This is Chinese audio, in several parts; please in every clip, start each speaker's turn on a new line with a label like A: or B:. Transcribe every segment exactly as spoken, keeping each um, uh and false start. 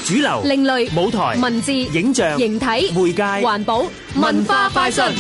A: 主流、
B: 另類、
A: 舞台、
B: 文字、
A: 影像、
B: 形體、
A: 媒介、
B: 環保、文化快訊。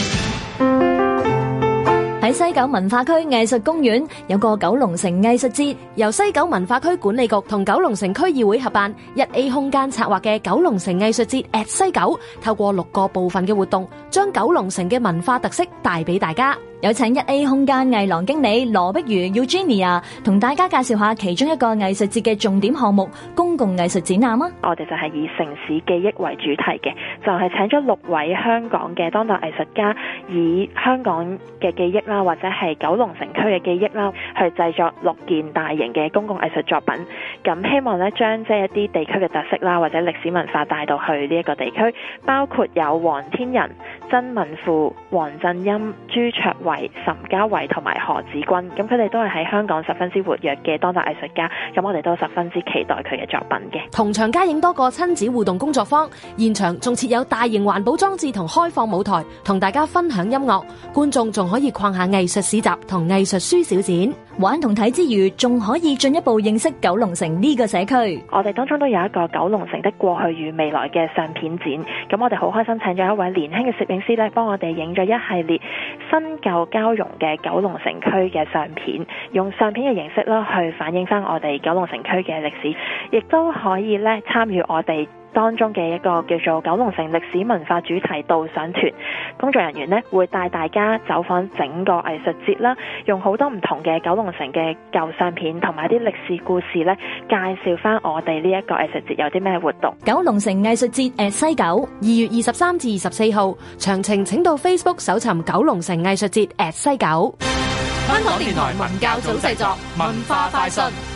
C: 喺西九文化區藝術公園有個九龍城藝術節，
B: 由西九文化區管理局同九龍城區議會合辦，一 A 空間策劃嘅九龍城藝術節 at 西九，透過六個部分嘅活動，將九龍城嘅文化特色帶俾大家。
C: 有請一 A 空間藝廊經理羅碧如 Eugenia 同大家介紹下其中一個藝術節嘅重點項目——公共藝術展覽啊！
D: 我哋就係以城市記憶為主題嘅，就係請咗六位香港嘅當代藝術家，以香港嘅記憶啦，或者係九龍城區嘅記憶啦，去製作六件大型嘅公共藝術作品。咁希望咧將即係一啲地區嘅特色啦，或者歷史文化帶到去呢一個地區，包括有黃天仁、曾文富、黃振音、朱卓維、岑家維同埋何子君，咁佢哋都係喺香港十分之活躍嘅當代藝術家，咁我哋都十分之期待佢嘅作品嘅。
B: 同場加映多個親子互動工作坊，現場仲設有大型環保裝置同開放舞台，同大家分享音樂，觀眾仲可以逛下藝術市集同藝術書小展，
C: 玩同睇之餘，仲可以進一步認識九龍城呢個社區。
D: 我哋當中都有一個九龍城的過去與未來嘅相片展，咁我哋好開心請咗一位年輕嘅攝影師咧，幫我哋影咗一系列新舊交融嘅九龍城區嘅相片，用相片嘅形式啦，去反映翻我哋九龍城區嘅歷史，亦都可以咧參與我哋當中嘅一個叫做九龍城歷史文化主題導賞團，工作人員呢會帶大家走訪整個藝術節啦，用好多唔同嘅九龍城嘅舊相片同埋啲歷史故事咧，介紹翻我哋呢一個藝術節有啲咩活動。
C: 九龍城藝術節 at 西九，
B: 二月二十三至二十四號，詳情請到 Facebook 搜尋九龍城藝術節 at 西九。
A: 香港電台文教組製作，文化快訊。